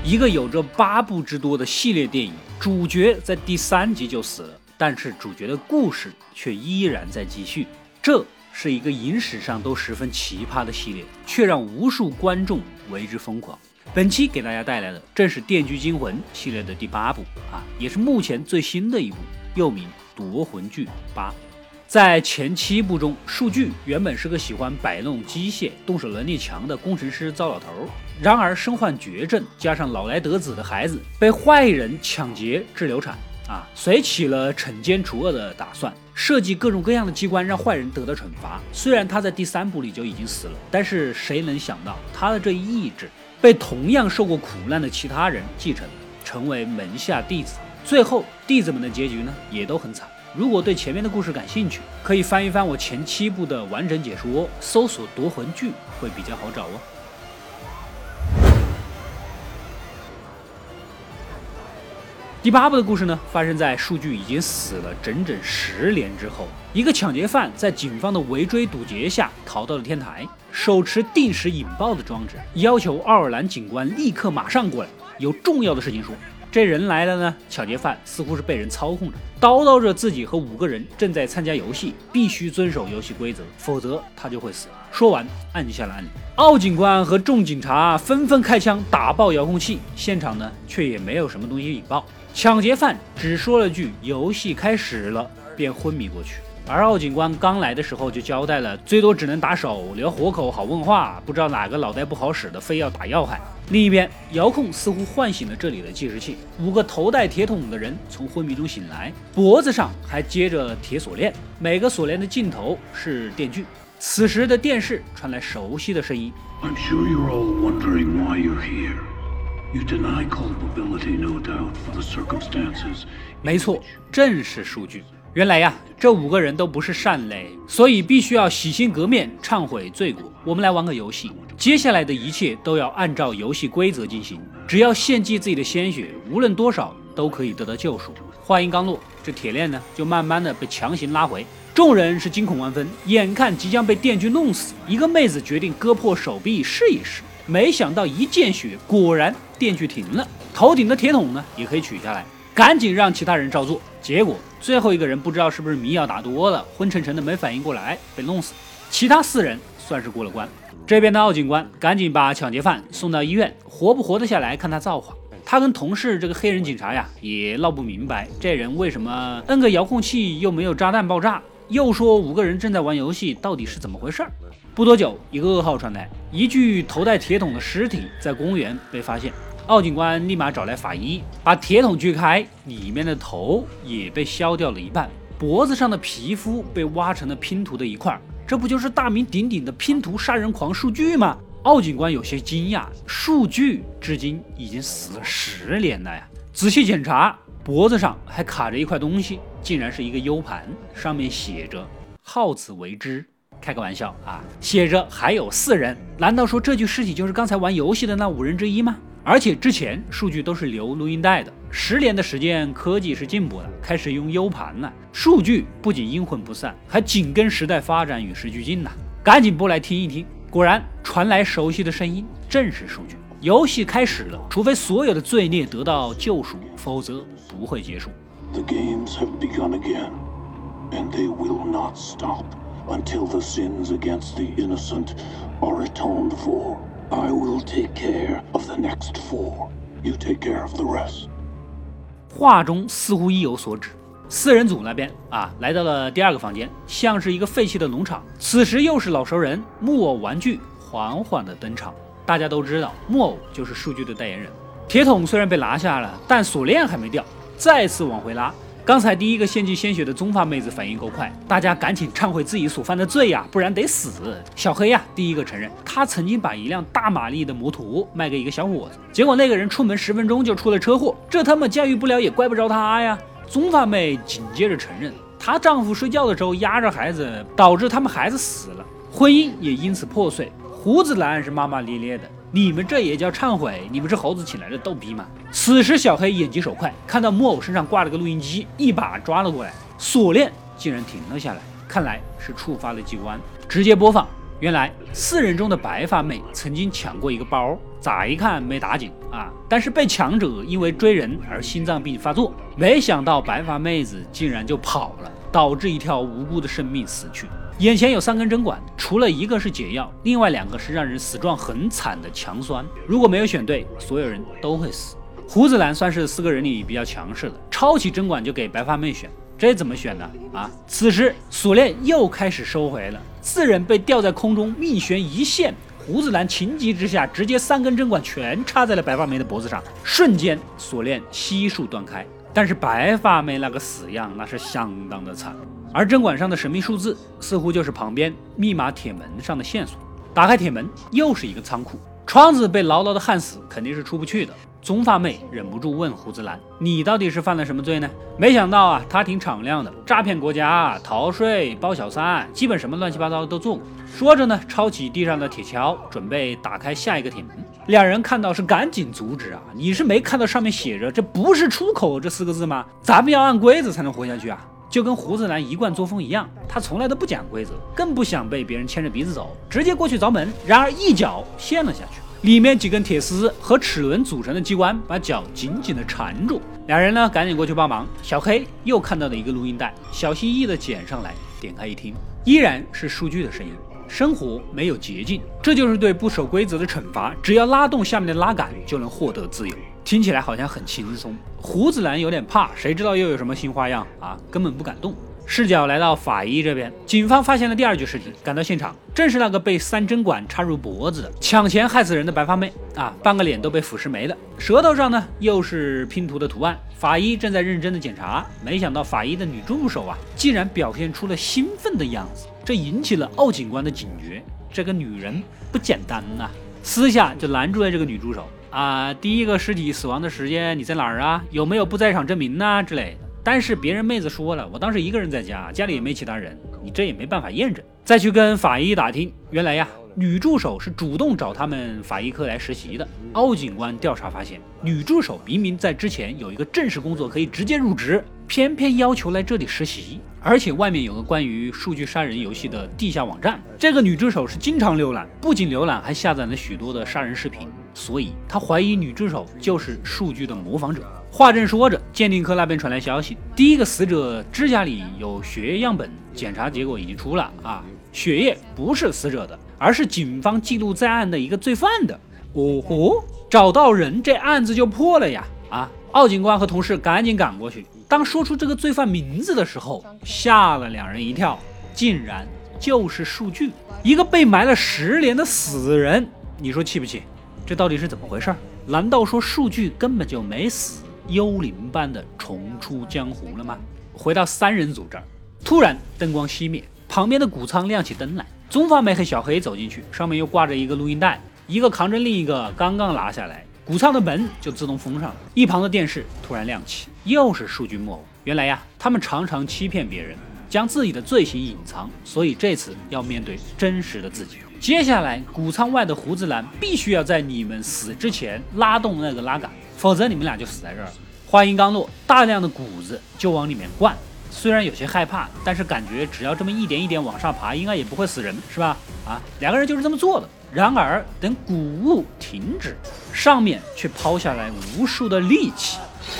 一个有着8部之多的系列电影，主角在第3集就死了，但是主角的故事却依然在继续。这是一个影史上都十分奇葩的系列，却让无数观众为之疯狂。本期给大家带来的正是《电锯惊魂》系列的第8部也是目前最新的一部，又名《夺魂锯8》。在前7部中，数据原本是个喜欢摆弄机械、动手能力强的工程师糟老头，然而身患绝症，加上老来得子的孩子被坏人抢劫致流产遂起了惩奸除恶的打算，设计各种各样的机关让坏人得到惩罚。虽然他在第3部里就已经死了，但是谁能想到他的这一意志被同样受过苦难的其他人继承了，成为门下弟子。最后弟子们的结局呢，也都很惨。如果对前面的故事感兴趣，可以翻一翻我前7部的完整解说，搜索夺魂锯会比较好找哦。第8部的故事呢，发生在数据已经死了整整10年之后。一个抢劫犯在警方的围追堵截下逃到了天台，手持定时引爆的装置，要求爱尔兰警官立刻马上过来，有重要的事情说。这人来了呢，抢劫犯似乎是被人操控着，叨叨着自己和5个人正在参加游戏，必须遵守游戏规则，否则他就会死。说完按下了按钮，奥警官和众警察纷纷开枪打爆遥控器，现场呢却也没有什么东西引爆。抢劫犯只说了句游戏开始了，便昏迷过去。而奥警官刚来的时候就交代了，最多只能打手，留活口好问话，不知道哪个脑袋不好使的非要打要害。另一边，遥控似乎唤醒了这里的计时器，5个头戴铁桶的人从昏迷中醒来，脖子上还接着铁锁链，每个锁链的尽头是电锯。此时的电视传来熟悉的声音 I'm sure you're all wondering why you're here. You deny culpability, no doubt, for the circumstances. 没错，正是数据。原来呀，这5个人都不是善类，所以必须要洗心革面，忏悔罪过。我们来玩个游戏，接下来的一切都要按照游戏规则进行，只要献祭自己的鲜血，无论多少都可以得到救赎。话音刚落，这铁链呢就慢慢的被强行拉回，众人是惊恐万分，眼看即将被电锯弄死，一个妹子决定割破手臂试一试，没想到一见血，果然电锯停了，头顶的铁桶呢也可以取下来，赶紧让其他人照做。结果最后一个人不知道是不是迷药打多了，昏沉沉的没反应过来，被弄死。其他4人算是过了关。这边的奥警官赶紧把抢劫犯送到医院，活不活得下来看他造化。他跟同事这个黑人警察呀也闹不明白，这人为什么摁个遥控器又没有炸弹爆炸，又说5个人正在玩游戏，到底是怎么回事？不多久，一个噩耗传来，一具头戴铁桶的尸体在公园被发现。奥警官立马找来法医，把铁桶锯开，里面的头也被削掉了一半，脖子上的皮肤被挖成了拼图的一块。这不就是大名鼎鼎的拼图杀人狂数据吗？奥警官有些惊讶，数据至今已经死了10年了呀！仔细检查，脖子上还卡着一块东西，竟然是一个 U 盘，上面写着好自为之。开个玩笑写着还有4人，难道说这具尸体就是刚才玩游戏的那5人之一吗？而且之前数据都是留录音带的，10年的时间，科技是进步了，开始用 U 盘了。数据不仅阴魂不散，还紧跟时代发展，与时俱进赶紧拨来听一听。果然传来熟悉的声音，正是数据。游戏开始了，除非所有的罪孽得到救赎，否则不会结束。 The games have begun again, and they will not stop until the sins against the innocent are atoned for. I will take care of the next 4. You take care of the rest. 话中似乎意有所指。4人组那边来到了第2个房间，像是一个废弃的农场。此时又是老熟人木偶玩具缓缓的登场。大家都知道木偶就是数据的代言人。铁桶虽然被拿下了，但锁链还没掉，再次往回拉。刚才第一个献祭鲜血的棕发妹子反应够快，大家赶紧忏悔自己所犯的罪不然得死。小黑第一个承认，他曾经把一辆大马力的摩托卖给一个小伙子，结果那个人出门10分钟就出了车祸，这他妈驾驭不了也怪不着他呀。棕发妹紧接着承认，她丈夫睡觉的时候压着孩子，导致他们孩子死了，婚姻也因此破碎。胡子男是骂骂咧咧的，你们这也叫忏悔？你们是猴子请来的逗逼吗？此时小黑眼疾手快，看到木偶身上挂了个录音机，一把抓了过来，锁链竟然停了下来，看来是触发了机关，直接播放原来4人中的白发妹曾经抢过一个包，乍一看没打紧啊，但是被强者因为追人而心脏病发作，没想到白发妹子竟然就跑了，导致一条无辜的生命死去。眼前有3根针管，除了一个是解药，另外2个是让人死状很惨的强酸，如果没有选对，所有人都会死。胡子兰算是4个人里比较强势的，抄起针管就给白发妹选，这怎么选呢？此时锁链又开始收回了，4人被吊在空中命悬一线。胡子兰情急之下，直接3根针管全插在了白发妹的脖子上，瞬间锁链悉数断开。但是白发妹那个死样那是相当的惨，而针管上的神秘数字似乎就是旁边密码铁门上的线索。打开铁门，又是一个仓库，窗子被牢牢的焊死，肯定是出不去的。棕发妹忍不住问胡子兰：“你到底是犯了什么罪呢？”没想到他挺敞亮的，诈骗国家、逃税、包小三，基本什么乱七八糟的都做过。说着呢，抄起地上的铁锹，准备打开下一个铁门。2人看到是赶紧阻止啊！你是没看到上面写着这不是出口这4个字吗？咱们要按规则才能活下去啊！就跟胡子兰一贯作风一样，他从来都不讲规则，更不想被别人牵着鼻子走，直接过去凿门，然而一脚陷了下去。里面几根铁丝和齿轮组成的机关把脚紧紧地缠住。2人呢赶紧过去帮忙。小黑又看到了一个录音带，小心翼翼地捡上来，点开一听，依然是数据的声音。生活没有捷径，这就是对不守规则的惩罚，只要拉动下面的拉杆就能获得自由。听起来好像很轻松，胡子兰有点怕，谁知道又有什么新花样啊？根本不敢动。视角来到法医这边，警方发现了第2具尸体，赶到现场，正是那个被3针管插入脖子的抢钱害死人的白发妹啊，半个脸都被腐蚀没了，舌头上呢又是拼图的图案。法医正在认真的检查，没想到法医的女助手竟然表现出了兴奋的样子，这引起了奥警官的警觉，这个女人不简单啊，私下就拦住了这个女助手第一个尸体死亡的时间你在哪儿啊？有没有不在场证明啊之类的。但是别人妹子说了，我当时一个人在家，家里也没其他人，你这也没办法验证。再去跟法医打听，原来女助手是主动找他们法医科来实习的。奥警官调查发现，女助手明明在之前有一个正式工作可以直接入职，偏偏要求来这里实习，而且外面有个关于数据杀人游戏的地下网站，这个女助手是经常浏览，不仅浏览还下载了许多的杀人视频，所以她怀疑女助手就是数据的模仿者。话正说着，鉴定科那边传来消息，第一个死者指甲里有血液样本，检查结果已经出了血液不是死者的，而是警方记录在案的一个罪犯的。找到人，这案子就破了呀！奥警官和同事赶紧赶过去，当说出这个罪犯名字的时候，吓了2人一跳，竟然就是数据，一个被埋了10年的死人。你说气不气？这到底是怎么回事？难道说数据根本就没死，幽灵般的重出江湖了吗？回到3人组这儿，突然灯光熄灭，旁边的谷仓亮起灯来，棕发妹和小黑走进去，上面又挂着一个录音带，一个扛着另一个，刚刚拿下来，谷仓的门就自动封上了。一旁的电视突然亮起，又是数据木偶。原来他们常常欺骗别人，将自己的罪行隐藏，所以这次要面对真实的自己。接下来谷仓外的胡子兰必须要在你们死之前拉动那个拉杆，否则你们俩就死在这儿了。话音刚落，大量的谷子就往里面灌，虽然有些害怕，但是感觉只要这么一点一点往上爬，应该也不会死人，是吧？2个人就是这么做的。然而等谷物停止，上面却抛下来无数的利器。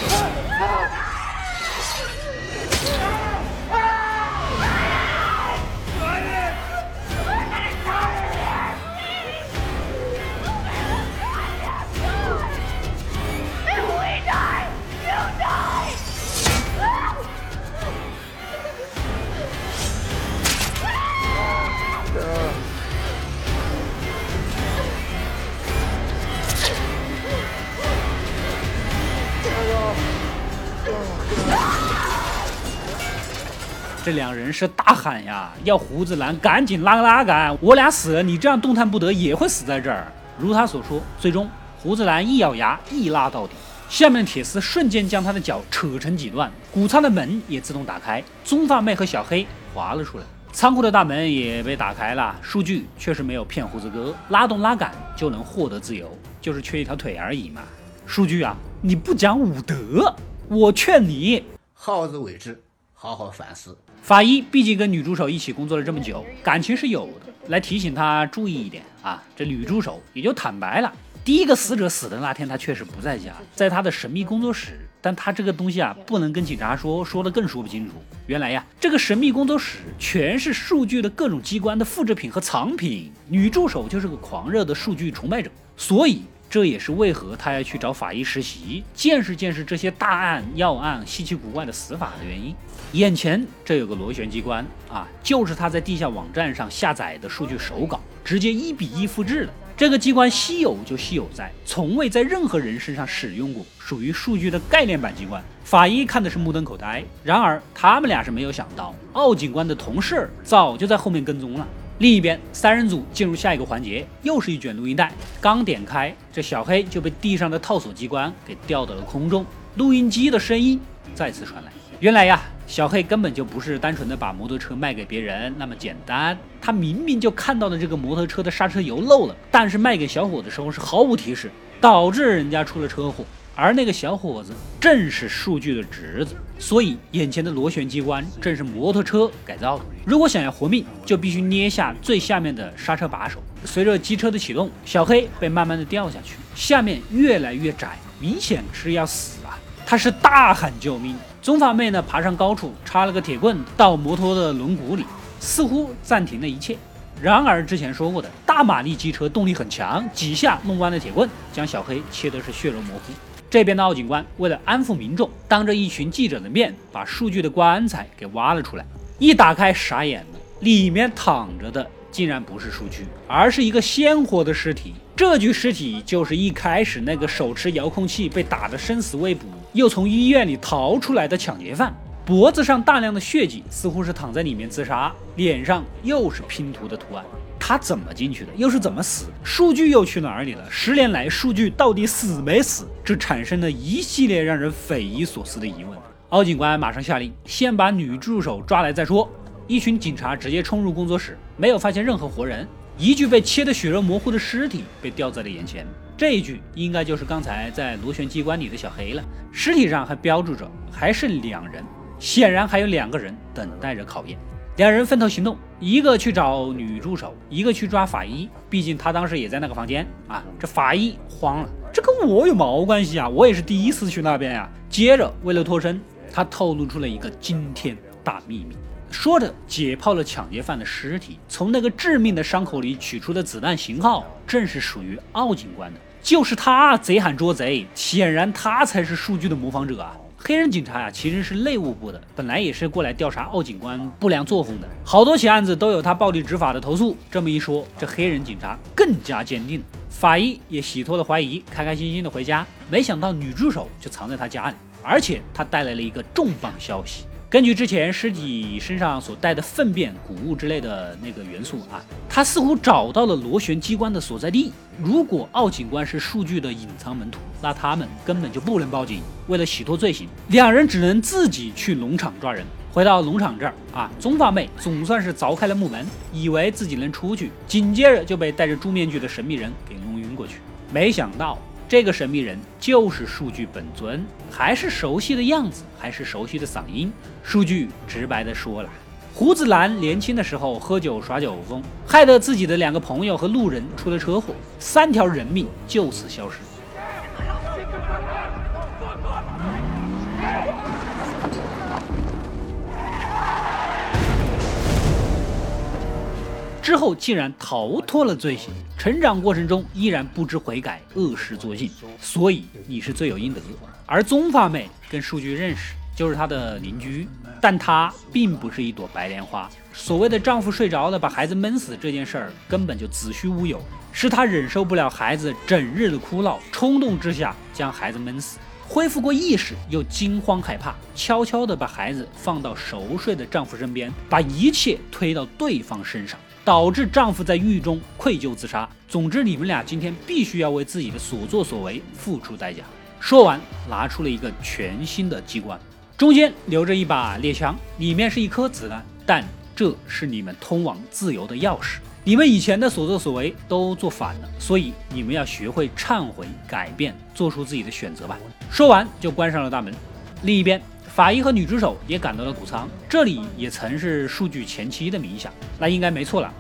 这2人是大喊呀，要胡子兰赶紧拉个拉杆，我俩死了，你这样动弹不得也会死在这儿。如他所说，最终胡子兰一咬牙一拉到底，下面的铁丝瞬间将他的脚扯成几段，谷仓的门也自动打开，棕发妹和小黑滑了出来，仓库的大门也被打开了。数据确实没有骗胡子哥，拉动拉杆就能获得自由，就是缺一条腿而已嘛。数据你不讲武德，我劝你好自为之，好好反思。 法医毕竟跟女助手一起工作了这么久，感情是有的， 来提醒他注意一点啊。这女助手也就坦白了，第一个死者死的那天他确实不在家，在他的神秘工作室，但他这个东西啊不能跟警察说，说的更说不清楚。原来呀，这个神秘工作室全是数据的各种机关的复制品和藏品，女助手就是个狂热的数据崇拜者，所以这也是为何他要去找法医实习，见识见识这些大案要案稀奇古怪的死法的原因。眼前这有个螺旋机关啊，就是他在地下网站上下载的数据手稿，直接1比1复制的。这个机关稀有就稀有在从未在任何人身上使用过，属于数据的概念版机关。法医看的是目瞪口呆，然而他们俩是没有想到，奥警官的同事早就在后面跟踪了。另一边，三人组进入下一个环节，又是一卷录音带，刚点开，这小黑就被地上的套索机关给吊到了空中，录音机的声音再次传来。原来呀，小黑根本就不是单纯的把摩托车卖给别人那么简单，他明明就看到了这个摩托车的刹车油漏了，但是卖给小伙的时候是毫无提示，导致人家出了车祸。而那个小伙子正是数据的侄子，所以眼前的螺旋机关正是摩托车改造的。如果想要活命，就必须捏下最下面的刹车把手。随着机车的启动，小黑被慢慢的掉下去，下面越来越窄，明显是要死啊！他是大喊救命。宗法妹呢，爬上高处，插了个铁棍到摩托的轮毂里，似乎暂停了一切。然而之前说过的大马力机车动力很强，几下弄弯了铁棍，将小黑切的是血肉模糊。这边的奥警官为了安抚民众，当着一群记者的面把数据的棺材给挖了出来，一打开傻眼了，里面躺着的竟然不是数据，而是一个鲜活的尸体。这具尸体就是一开始那个手持遥控器被打得生死未卜，又从医院里逃出来的抢劫犯，脖子上大量的血迹，似乎是躺在里面自杀，脸上又是拼图的图案。他怎么进去的？又是怎么死？数据又去哪里了？10年来，数据到底死没死？这产生了一系列让人匪夷所思的疑问。奥警官马上下令，先把女助手抓来再说。一群警察直接冲入工作室，没有发现任何活人，一具被切得血肉模糊的尸体被吊在了眼前。这一具应该就是刚才在螺旋机关里的小黑了，尸体上还标注着还剩2人，显然还有2个人等待着考验。2人分头行动，一个去找女助手，一个去抓法医，毕竟他当时也在那个房间啊。这法医慌了，这跟我有毛关系啊？我也是第一次去那边呀。接着为了脱身，他透露出了一个惊天大秘密，说着解剖了抢劫犯的尸体，从那个致命的伤口里取出的子弹型号正是属于奥警官的，就是他贼喊捉贼，显然他才是数据的模仿者啊。黑人警察呀，其实是内务部的，本来也是过来调查奥警官不良作风的，好多起案子都有他暴力执法的投诉。这么一说，这黑人警察更加坚定了。法医也洗脱了怀疑，开开心心的回家。没想到女助手就藏在他家里，而且他带来了一个重磅消息。根据之前尸体身上所带的粪便、谷物之类的那个元素啊，他似乎找到了螺旋机关的所在地。如果奥警官是数据的隐藏门徒，那他们根本就不能报警。为了洗脱罪行，2人只能自己去农场抓人。回到农场这儿啊，宗发妹总算是凿开了木门，以为自己能出去，紧接着就被戴着猪面具的神秘人给弄晕过去。没想到这个神秘人就是数据本尊，还是熟悉的样子，还是熟悉的嗓音。数据直白的说了，胡子男年轻的时候喝酒耍酒疯，害得自己的2个朋友和路人出了车祸，3条人命就此消失。之后竟然逃脱了罪行，成长过程中依然不知悔改，恶事作尽，所以你是罪有应得。而宗发妹跟数据认识，就是她的邻居，但她并不是一朵白莲花。所谓的丈夫睡着了把孩子闷死这件事儿根本就子虚乌有，是她忍受不了孩子整日的哭闹，冲动之下将孩子闷死。恢复过意识又惊慌害怕，悄悄地把孩子放到熟睡的丈夫身边，把一切推到对方身上，导致丈夫在狱中愧疚自杀。总之你们俩今天必须要为自己的所作所为付出代价。说完拿出了一个全新的机关，中间留着一把猎枪，里面是一颗子弹，但这是你们通往自由的钥匙。你们以前的所作所为都做反了，所以你们要学会忏悔、改变，做出自己的选择吧。说完就关上了大门。另一边，法医和女助手也赶到了谷仓，这里也曾是数据前妻的名下，那应该没错了啊。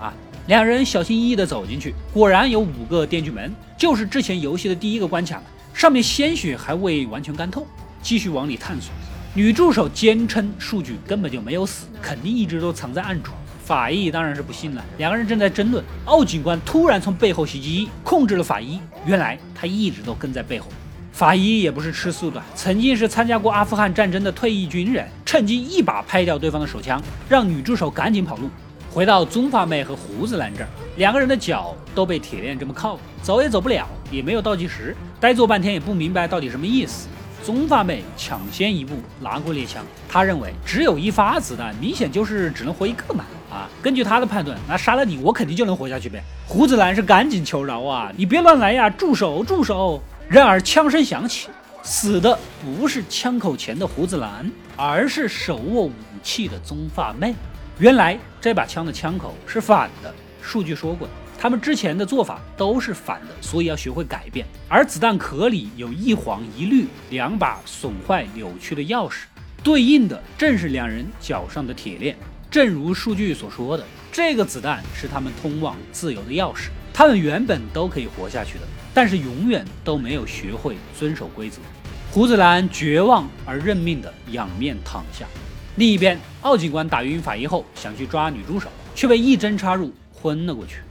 两人小心翼翼地走进去，果然有5个电锯门，就是之前游戏的第1个关卡，上面鲜血还未完全干透。继续往里探索，女助手坚称数据根本就没有死，肯定一直都藏在暗处。法医当然是不信了，两个人正在争论，奥警官突然从背后袭击，控制了法医。原来他一直都跟在背后。法医也不是吃素的，曾经是参加过阿富汗战争的退役军人，趁机一把拍掉对方的手枪，让女助手赶紧跑路。回到棕发妹和胡子男这儿，两个人的脚都被铁链这么铐，走也走不了，也没有倒计时，呆坐半天也不明白到底什么意思。棕发妹抢先一步拿过猎枪，她认为只有1发子弹，明显就是只能活1个嘛。根据她的判断，那杀了你，我肯定就能活下去呗。胡子男是赶紧求饶啊，你别乱来呀，住手住手！然而枪声响起，死的不是枪口前的胡子男，而是手握武器的棕发妹。原来这把枪的枪口是反的，数据说过他们之前的做法都是反的，所以要学会改变。而子弹壳里有1黄1绿2把损坏扭曲的钥匙，对应的正是两人脚上的铁链。正如数据所说的，这个子弹是他们通往自由的钥匙。他们原本都可以活下去的，但是永远都没有学会遵守规则。胡子男绝望而认命的仰面躺下。另一边，奥警官打晕法医后想去抓女助手，却被一针插入，昏了过去。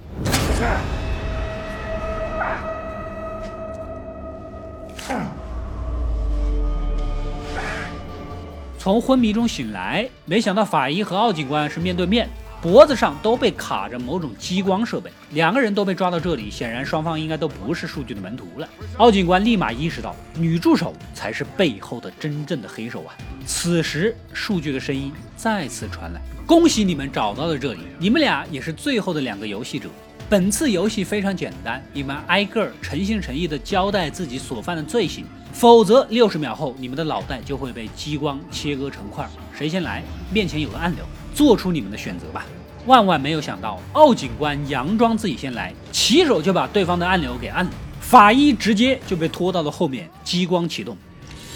从昏迷中醒来，没想到法医和奥警官是面对面，脖子上都被卡着某种激光设备，两个人都被抓到这里，显然双方应该都不是数据的门徒了。奥警官立马意识到女助手才是背后的真正的黑手啊！此时数据的声音再次传来：恭喜你们找到了这里，你们俩也是最后的2个游戏者。本次游戏非常简单，你们挨个诚心诚意地交代自己所犯的罪行，否则60秒后你们的脑袋就会被激光切割成块。谁先来，面前有个按钮，做出你们的选择吧。万万没有想到，奥警官佯装自己先来，起手就把对方的按钮给按了，法医直接就被拖到了后面，激光启动。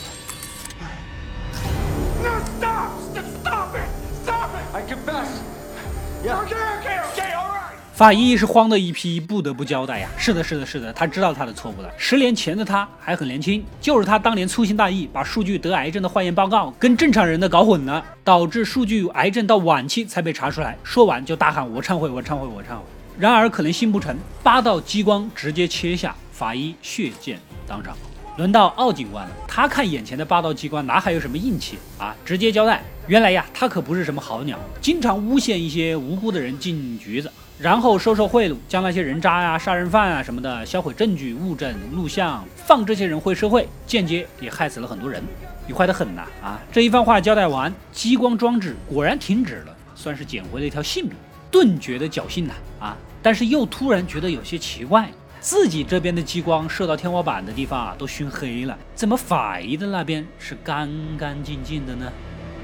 法医是慌的一批，不得不交代呀。是的，他知道他的错误了。10年前的他还很年轻，就是他当年粗心大意，把数据得癌症的化验报告跟正常人的搞混了，导致数据癌症到晚期才被查出来。说完就大喊我忏悔。然而可能心不诚，8道激光直接切下，法医血溅当场。轮到奥警官了，他看眼前的8道激光，哪还有什么硬气啊？直接交代，原来呀，他可不是什么好鸟，经常诬陷一些无辜的人进局子，然后收贿赂，将那些人渣啊、杀人犯啊什么的销毁证据、物证、录像，放这些人回社会，间接也害死了很多人。你坏得很呐啊！这一番话交代完，激光装置果然停止了，算是捡回了一条性命，顿觉得侥幸呐啊！但是又突然觉得有些奇怪。自己这边的激光射到天花板的地方啊，都熏黑了，怎么法医的那边是干干净净的呢？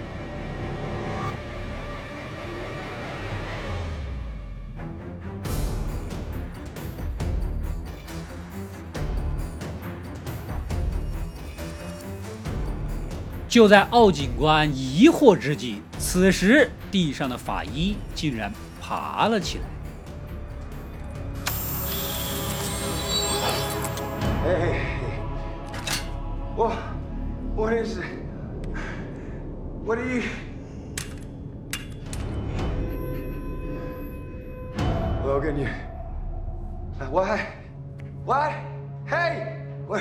就在奥警官疑惑之际，此时地上的法医竟然爬了起来。 Hey, what is it? What are you? Logan, you... What? What? Hey! What?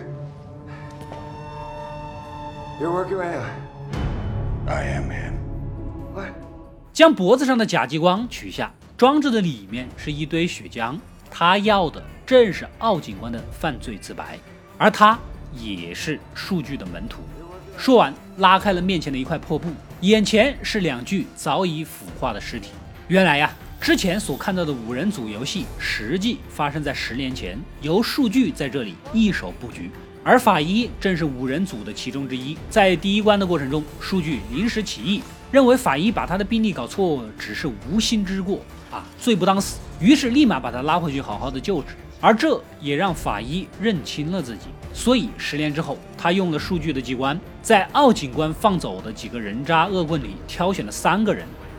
You're working with him? I am him. What? 将脖子上的假激光取下，装置的里面是一堆血浆，他要的正是奥警官的犯罪自白，而他也是数据的门徒。说完，拉开了面前的一块破布，眼前是2具早已腐化的尸体。原来呀，之前所看到的5人组游戏实际发生在10年前，由数据在这里一手布局，而法医正是5人组的其中之一。在第1关的过程中，数据临时起意，认为法医把他的病历搞错只是无心之过啊，罪不当死，于是立马把他拉回去好好的救治。而这也让法医认清了自己，所以10年之后，他用了数据的机关，在奥警官放走的几个人渣恶棍里挑选了3个人，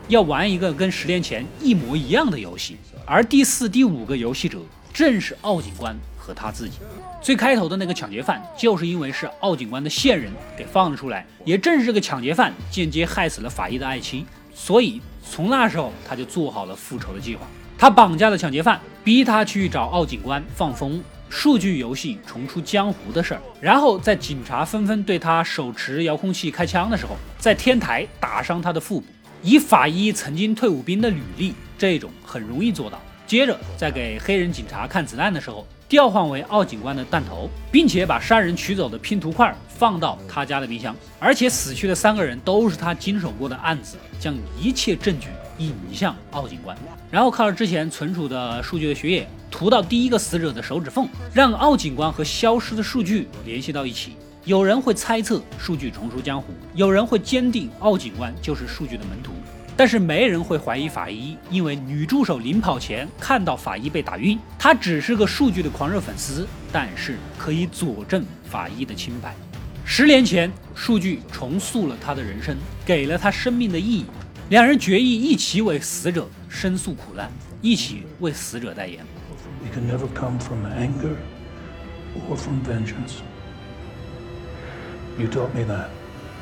要玩一个跟10年前一模一样的游戏。而第4、第5个游戏者正是奥警官和他自己。最开头的那个抢劫犯，就是因为是奥警官的线人给放了出来，也正是这个抢劫犯间接害死了法医的爱妻，所以从那时候他就做好了复仇的计划。他绑架了抢劫犯，逼他去找奥警官放风数据游戏重出江湖的事儿，然后在警察纷纷对他手持遥控器开枪的时候，在天台打伤他的腹部，以法医曾经退伍兵的履历，这种很容易做到。接着在给黑人警察看子弹的时候，调换为奥警官的弹头，并且把杀人取走的拼图块放到他家的冰箱，而且死去的3个人都是他经手过的案子，将一切证据引向奥警官，然后靠着之前存储的数据的血液涂到第一个死者的手指缝，让奥警官和消失的数据联系到一起。有人会猜测数据重出江湖，有人会坚定奥警官就是数据的门徒，但是没人会怀疑法医，因为女助手临跑前看到法医被打晕，她只是个数据的狂热粉丝，但是可以佐证法医的清白。10年前，数据重塑了他的人生，给了他生命的意义。两人决意一起为死者申诉苦难，一起为死者代言。 We can never come from anger or from vengeance. You taught me that.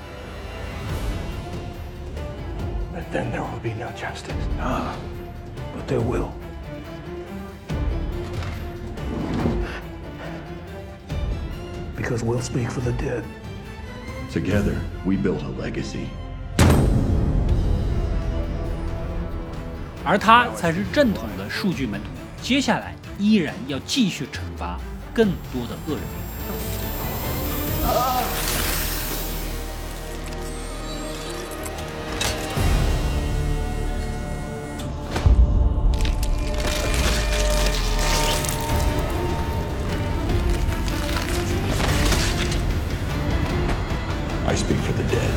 But then there will be no justice. Ah, but there will. Because we'll speak for the dead. Together, we built a legacy. 而他才是正统的数据门徒，接下来依然要继续惩罚更多的恶人。 I speak for the dead.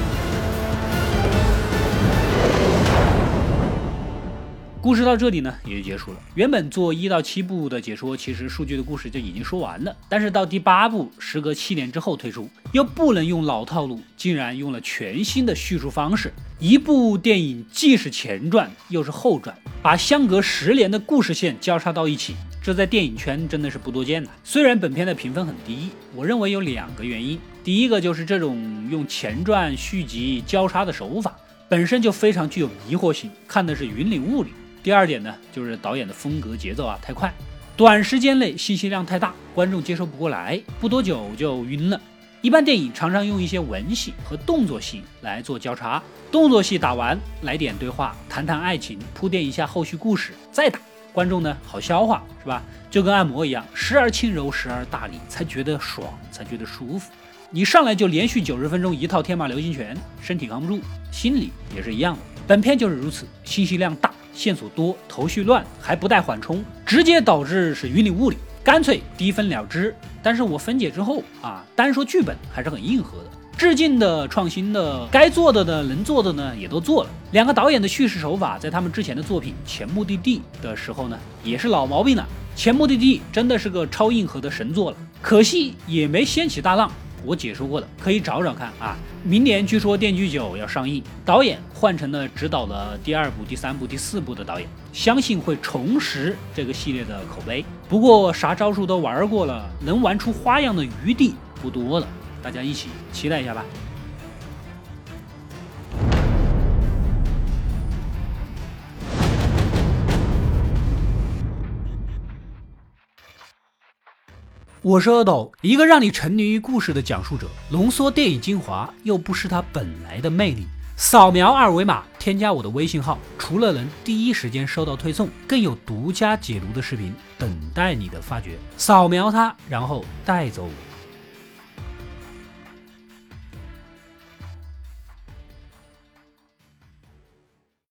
故事到这里呢也就结束了。原本做1到7部的解说，其实数据的故事就已经说完了，但是到第8部时隔7年之后推出，又不能用老套路，竟然用了全新的叙述方式。一部电影既是前传又是后传，把相隔10年的故事线交叉到一起，这在电影圈真的是不多见的。虽然本片的评分很低，我认为有2个原因。第一个就是这种用前传续集交叉的手法本身就非常具有迷惑性，看的是云里雾里。第二点呢，就是导演的风格节奏太快，短时间内信息量太大，观众接受不过来，不多久就晕了。一般电影常常用一些文戏和动作戏来做交叉，动作戏打完来点对话，谈谈爱情，铺垫一下后续故事，再打，观众呢好消化，是吧？就跟按摩一样，时而轻柔，时而大力，才觉得爽，才觉得舒服。你上来就连续90分钟一套天马流星拳，身体扛不住，心里也是一样的。本片就是如此，信息量大，线索多，头绪乱，还不带缓冲，直接导致是云里雾里，干脆低分了之。但是我分解之后单说剧本还是很硬核的，致敬的、创新的，该做的呢，能做的呢也都做了。2个导演的叙事手法，在他们之前的作品《前目的地》的时候呢，也是老毛病了。《前目的地》真的是个超硬核的神作了，可惜也没掀起大浪。我解说过的可以找找看明年据说《电锯9》要上映，导演换成了指导了第2部、第3部、第4部的导演，相信会重拾这个系列的口碑。不过啥招数都玩过了，能玩出花样的余地不多了，大家一起期待一下吧。我是阿斗，一个让你沉迷于故事的讲述者，浓缩电影精华，又不失它本来的魅力。扫描2维码，添加我的微信号，除了能第一时间收到推送，更有独家解读的视频等待你的发掘。扫描它，然后带走